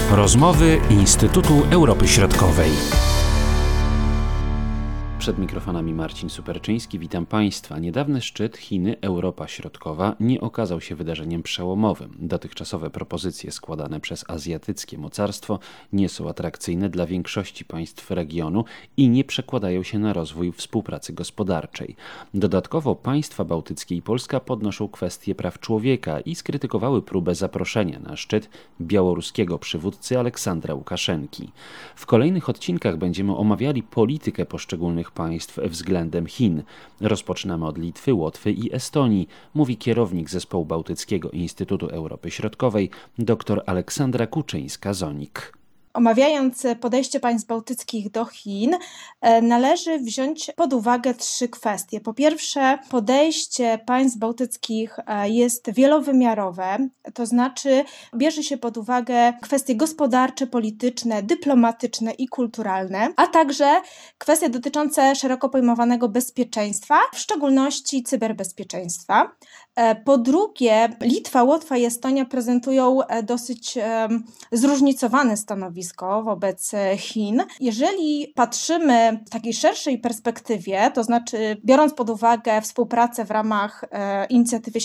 Rozmowy Instytutu Europy Środkowej. Przed mikrofonami Marcin Superczyński, witam Państwa. Niedawny szczyt Chiny-Europa Środkowa nie okazał się wydarzeniem przełomowym. Dotychczasowe propozycje składane przez azjatyckie mocarstwo nie są atrakcyjne dla większości państw regionu i nie przekładają się na rozwój współpracy gospodarczej. Dodatkowo państwa bałtyckie i Polska podnoszą kwestie praw człowieka i skrytykowały próbę zaproszenia na szczyt białoruskiego przywódcy Aleksandra Łukaszenki. W kolejnych odcinkach będziemy omawiali politykę poszczególnych państw względem Chin. Rozpoczynamy od Litwy, Łotwy i Estonii, mówi kierownik Zespołu Bałtyckiego Instytutu Europy Środkowej dr Aleksandra Kuczyńska-Zonik. Omawiając podejście państw bałtyckich do Chin, należy wziąć pod uwagę trzy kwestie. Po pierwsze, podejście państw bałtyckich jest wielowymiarowe, to znaczy bierze się pod uwagę kwestie gospodarcze, polityczne, dyplomatyczne i kulturalne, a także kwestie dotyczące szeroko pojmowanego bezpieczeństwa, w szczególności cyberbezpieczeństwa. Po drugie, Litwa, Łotwa i Estonia prezentują dosyć zróżnicowane stanowisko wobec Chin. Jeżeli patrzymy w takiej szerszej perspektywie, to znaczy biorąc pod uwagę współpracę w ramach inicjatywy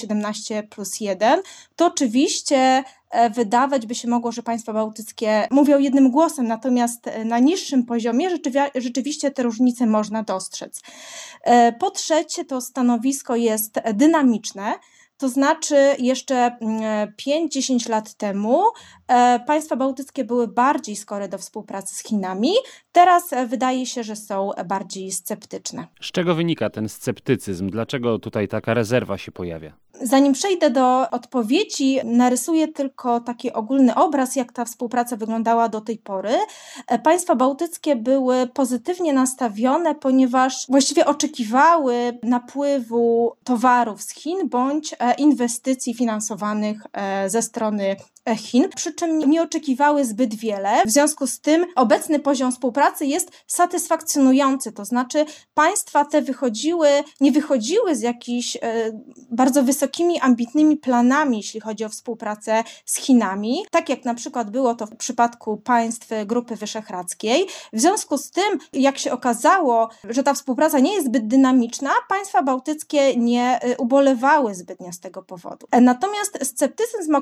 17+1, to oczywiście wydawać by się mogło, że państwa bałtyckie mówią jednym głosem, natomiast na niższym poziomie rzeczywiście te różnice można dostrzec. Po trzecie, to stanowisko jest dynamiczne, to znaczy jeszcze 5-10 lat temu państwa bałtyckie były bardziej skore do współpracy z Chinami, teraz wydaje się, że są bardziej sceptyczne. Z czego wynika ten sceptycyzm? Dlaczego tutaj taka rezerwa się pojawia? Zanim przejdę do odpowiedzi, narysuję tylko taki ogólny obraz, jak ta współpraca wyglądała do tej pory. Państwa bałtyckie były pozytywnie nastawione, ponieważ właściwie oczekiwały napływu towarów z Chin bądź inwestycji finansowanych ze strony Chin, przy czym nie oczekiwały zbyt wiele. W związku z tym obecny poziom współpracy jest satysfakcjonujący, to znaczy państwa te nie wychodziły z jakichś bardzo wysokimi, ambitnymi planami, jeśli chodzi o współpracę z Chinami, tak jak na przykład było to w przypadku państw Grupy Wyszehradzkiej. W związku z tym, jak się okazało, że ta współpraca nie jest zbyt dynamiczna, państwa bałtyckie nie ubolewały zbytnio z tego powodu. Natomiast sceptycyzm,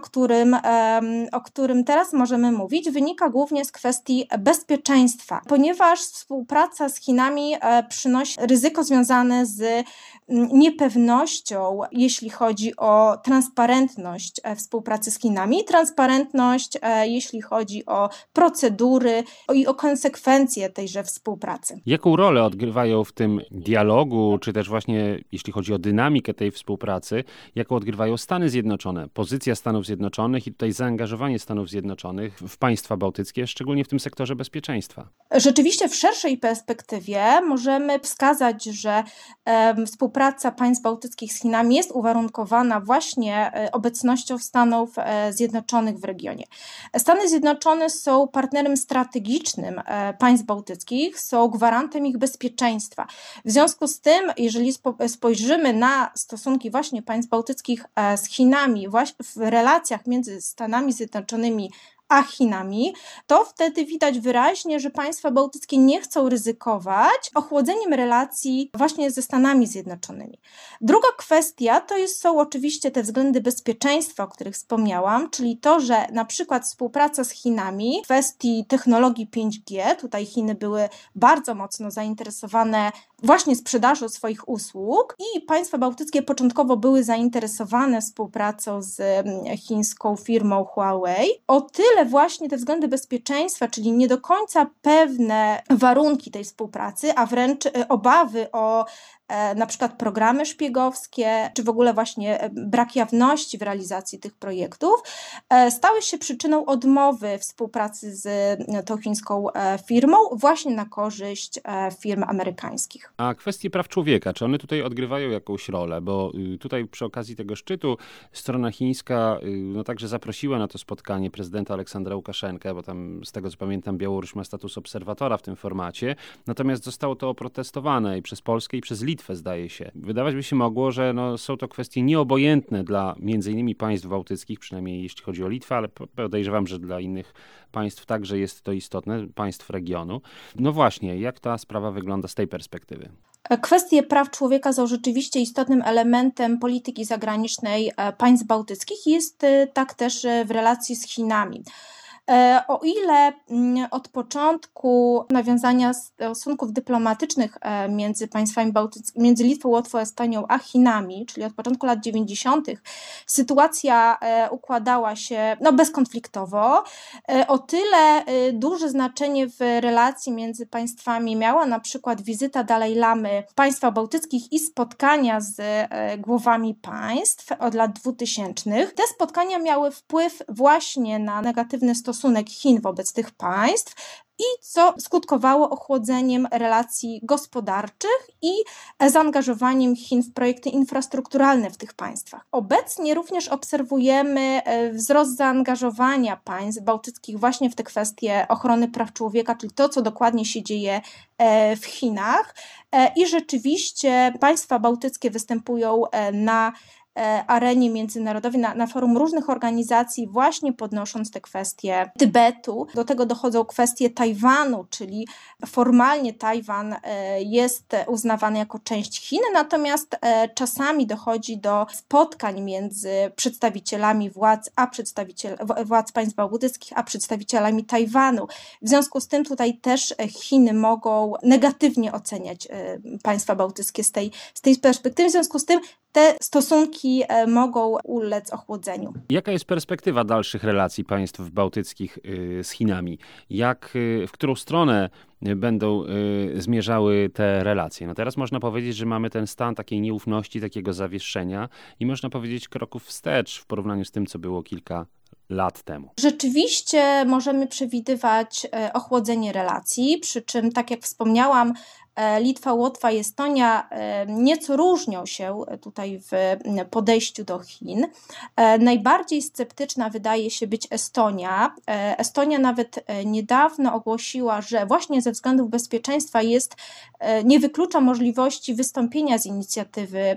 o którym teraz możemy mówić, wynika głównie z kwestii bezpieczeństwa, ponieważ współpraca z Chinami przynosi ryzyko związane z niepewnością, jeśli chodzi o transparentność współpracy z Chinami, transparentność, jeśli chodzi o procedury i o konsekwencje tejże współpracy. Jaką rolę odgrywają w tym dialogu, czy też właśnie jeśli chodzi o dynamikę tej współpracy, jaką odgrywają Stany Zjednoczone, pozycja Stanów Zjednoczonych i tutaj zaangażowanie Stanów Zjednoczonych w państwa bałtyckie, szczególnie w tym sektorze bezpieczeństwa? Rzeczywiście w szerszej perspektywie możemy wskazać, że współpraca państw bałtyckich z Chinami jest uwarunkowana właśnie obecnością Stanów Zjednoczonych w regionie. Stany Zjednoczone są partnerem strategicznym państw bałtyckich, są gwarantem ich bezpieczeństwa. W związku z tym, jeżeli spojrzymy na stosunki właśnie państw bałtyckich z Chinami, właśnie w relacjach między Stanami Zjednoczonymi a Chinami, to wtedy widać wyraźnie, że państwa bałtyckie nie chcą ryzykować ochłodzeniem relacji właśnie ze Stanami Zjednoczonymi. Druga kwestia są oczywiście te względy bezpieczeństwa, o których wspomniałam, czyli to, że na przykład współpraca z Chinami w kwestii technologii 5G, tutaj Chiny były bardzo mocno zainteresowane właśnie sprzedażą swoich usług i państwa bałtyckie początkowo były zainteresowane współpracą z chińską firmą Huawei. O tyle właśnie te względy bezpieczeństwa, czyli nie do końca pewne warunki tej współpracy, a wręcz obawy o na przykład programy szpiegowskie, czy w ogóle właśnie brak jawności w realizacji tych projektów, stały się przyczyną odmowy współpracy z tą chińską firmą właśnie na korzyść firm amerykańskich. A kwestie praw człowieka, czy one tutaj odgrywają jakąś rolę? Bo tutaj przy okazji tego szczytu strona chińska także zaprosiła na to spotkanie prezydenta Aleksandra Łukaszenkę, bo tam z tego co pamiętam Białoruś ma status obserwatora w tym formacie, natomiast zostało to oprotestowane i przez Polskę i przez Litwę Litwę, zdaje się. Wydawać by się mogło, że są to kwestie nieobojętne dla między innymi państw bałtyckich, przynajmniej jeśli chodzi o Litwę, ale podejrzewam, że dla innych państw także jest to istotne, państw regionu. No właśnie, jak ta sprawa wygląda z tej perspektywy? Kwestie praw człowieka są rzeczywiście istotnym elementem polityki zagranicznej państw bałtyckich i jest tak też w relacji z Chinami. O ile od początku nawiązania stosunków dyplomatycznych między państwami bałtyckimi, między Litwą, Łotwą, Estonią a Chinami, czyli od początku lat 90., sytuacja układała się bezkonfliktowo, o tyle duże znaczenie w relacji między państwami miała na przykład wizyta Dalaj Lamy w państwach bałtyckich i spotkania z głowami państw od lat 2000. Te spotkania miały wpływ właśnie na negatywny stosunek Chin wobec tych państw i co skutkowało ochłodzeniem relacji gospodarczych i zaangażowaniem Chin w projekty infrastrukturalne w tych państwach. Obecnie również obserwujemy wzrost zaangażowania państw bałtyckich właśnie w te kwestie ochrony praw człowieka, czyli to, co dokładnie się dzieje w Chinach. I rzeczywiście państwa bałtyckie występują na arenie międzynarodowej, na forum różnych organizacji, właśnie podnosząc te kwestie Tybetu. Do tego dochodzą kwestie Tajwanu, czyli formalnie Tajwan jest uznawany jako część Chin, natomiast czasami dochodzi do spotkań między przedstawicielami władz państw bałtyckich, a przedstawicielami Tajwanu. W związku z tym tutaj też Chiny mogą negatywnie oceniać państwa bałtyckie z tej perspektywy. W związku z tym te stosunki mogą ulec ochłodzeniu. Jaka jest perspektywa dalszych relacji państw bałtyckich z Chinami? W którą stronę będą zmierzały te relacje? No teraz można powiedzieć, że mamy ten stan takiej nieufności, takiego zawieszenia i można powiedzieć kroków wstecz w porównaniu z tym, co było kilka lat temu. Rzeczywiście możemy przewidywać ochłodzenie relacji, przy czym, tak jak wspomniałam, Litwa, Łotwa i Estonia nieco różnią się tutaj w podejściu do Chin. Najbardziej sceptyczna wydaje się być Estonia. Estonia nawet niedawno ogłosiła, że właśnie ze względów bezpieczeństwa nie wyklucza możliwości wystąpienia z inicjatywy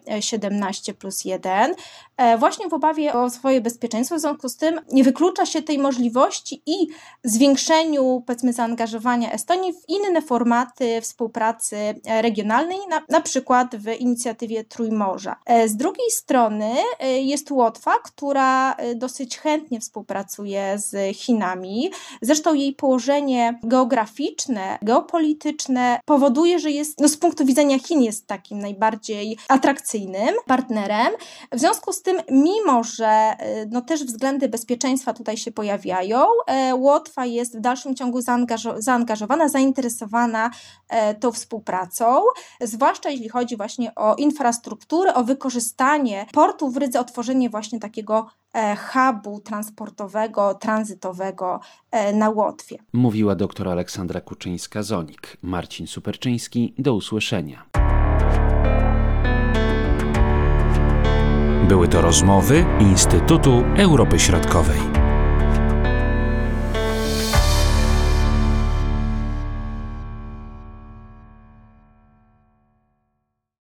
17+1, właśnie w obawie o swoje bezpieczeństwo. W związku z tym nie wyklucza się tej możliwości i zwiększeniu, powiedzmy, zaangażowania Estonii w inne formaty współpracy regionalnej, na przykład w inicjatywie Trójmorza. Z drugiej strony jest Łotwa, która dosyć chętnie współpracuje z Chinami. Zresztą jej położenie geograficzne, geopolityczne powoduje, że z punktu widzenia Chin jest takim najbardziej atrakcyjnym partnerem. W związku z tym, mimo że też względy bezpieczeństwa tutaj się pojawiają, Łotwa jest w dalszym ciągu zaangażowana, zainteresowana tą współpracą, zwłaszcza jeśli chodzi właśnie o infrastrukturę, o wykorzystanie portu w Rydze, o tworzenie właśnie takiego hubu transportowego, tranzytowego na Łotwie. Mówiła dr Aleksandra Kuczyńska-Zonik. Marcin Superczyński, do usłyszenia. Były to rozmowy Instytutu Europy Środkowej.